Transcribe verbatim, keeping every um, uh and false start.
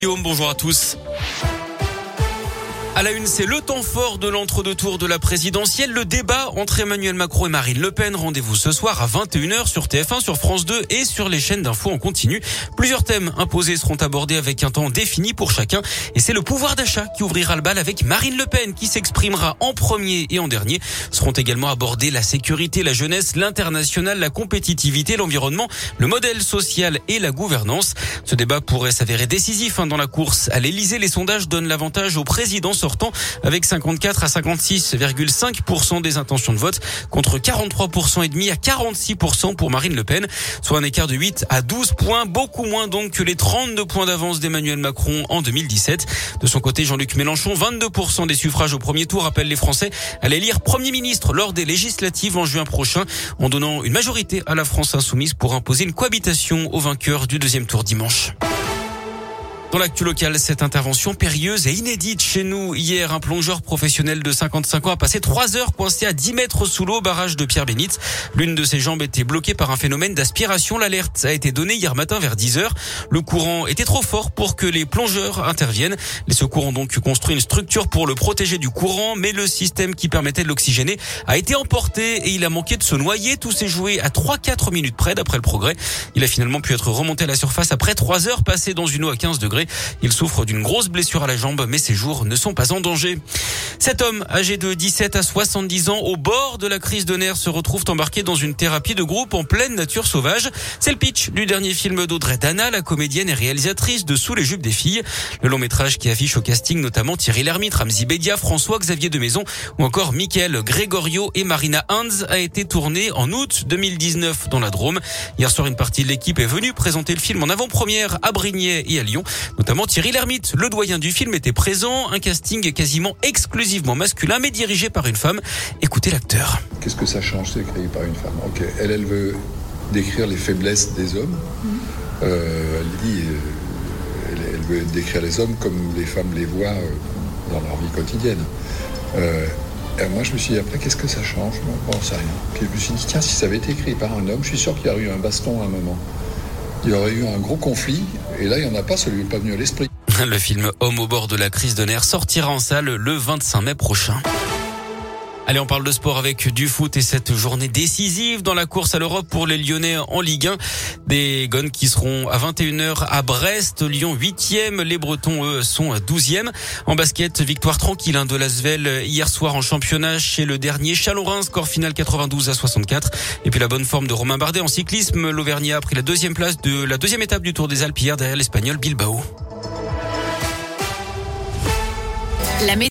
Guillaume, bonjour à tous. À la une, c'est le temps fort de l'entre-deux tours de la présidentielle. Le débat entre Emmanuel Macron et Marine Le Pen. Rendez-vous ce soir à vingt et une heures sur T F un, sur France deux et sur les chaînes d'infos en continu. Plusieurs thèmes imposés seront abordés avec un temps défini pour chacun. Et c'est le pouvoir d'achat qui ouvrira le bal avec Marine Le Pen qui s'exprimera en premier et en dernier. Seront également abordés la sécurité, la jeunesse, l'international, la compétitivité, l'environnement, le modèle social et la gouvernance. Ce débat pourrait s'avérer décisif hein, dans la course. À l'Élysée, les sondages donnent l'avantage au président sortant avec cinquante-quatre à cinquante-six virgule cinq pour cent des intentions de vote contre quarante-trois pour cent et demi à quarante-six pour cent pour Marine Le Pen, soit un écart de huit à douze points, beaucoup moins donc que les trente-deux points d'avance d'Emmanuel Macron en deux mille dix-sept. De son côté, Jean-Luc Mélenchon, vingt-deux pour cent des suffrages au premier tour, appelle les Français à l'élire Premier ministre lors des législatives en juin prochain, en donnant une majorité à la France insoumise pour imposer une cohabitation au vainqueur du deuxième tour dimanche. Dans l'actu locale, cette intervention périlleuse et inédite chez nous. Hier, un plongeur professionnel de cinquante-cinq ans a passé trois heures coincé à dix mètres sous l'eau au barrage de Pierre-Bénite. L'une de ses jambes était bloquée par un phénomène d'aspiration. L'alerte a été donnée hier matin vers dix heures. Le courant était trop fort pour que les plongeurs interviennent. Les secours ont donc construit une structure pour le protéger du courant, mais le système qui permettait de l'oxygéner a été emporté et il a manqué de se noyer. Tout s'est joué à trois à quatre minutes près d'après le Progrès. Il a finalement pu être remonté à la surface après trois heures passées dans une eau à quinze degrés. Il souffre d'une grosse blessure à la jambe, mais ses jours ne sont pas en danger. Cet homme, âgé de dix-sept à soixante-dix ans, au bord de la crise de nerfs, se retrouve embarqué dans une thérapie de groupe en pleine nature sauvage. C'est le pitch du dernier film d'Audrey Dana, la comédienne et réalisatrice de Sous les jupes des filles. Le long métrage qui affiche au casting notamment Thierry Lhermitte, Ramzy Bedia, François-Xavier de Maison ou encore Mickaël Gregorio et Marina Hans a été tourné en août deux mille dix-neuf dans la Drôme. Hier soir, une partie de l'équipe est venue présenter le film en avant-première à Brignais et à Lyon, notamment Thierry Lhermitte, le doyen du film, était présent. Un casting quasiment exclusivement masculin, mais dirigé par une femme. Écoutez l'acteur. Qu'est-ce que ça change, c'est écrit par une femme? Ok, elle, elle veut décrire les faiblesses des hommes. Euh, elle dit, euh, elle, elle veut décrire les hommes comme les femmes les voient euh, dans leur vie quotidienne. Euh, et moi, je me suis dit, après, qu'est-ce que ça change? Bon, on sait rien. Puis je me suis dit, tiens, si ça avait été écrit par un homme, je suis sûr qu'il y aurait eu un baston à un moment. Il y aurait eu un gros conflit, et là, il n'y en a pas, ça lui est pas venu à l'esprit. Le film Homme au bord de la crise de nerfs sortira en salle le vingt-cinq mai prochain. Allez, on parle de sport avec du foot et cette journée décisive dans la course à l'Europe pour les Lyonnais en Ligue un. Des Gones qui seront à vingt et une heures à Brest, Lyon huitième, les Bretons eux sont douzième. En basket, victoire tranquille hein, de l'Asvel hier soir en championnat chez le dernier Chalon-Reims, score final quatre-vingt-douze à soixante-quatre. Et puis la bonne forme de Romain Bardet en cyclisme, l'Auvergnat a pris la deuxième place de la deuxième étape du Tour des Alpes hier derrière l'Espagnol Bilbao. La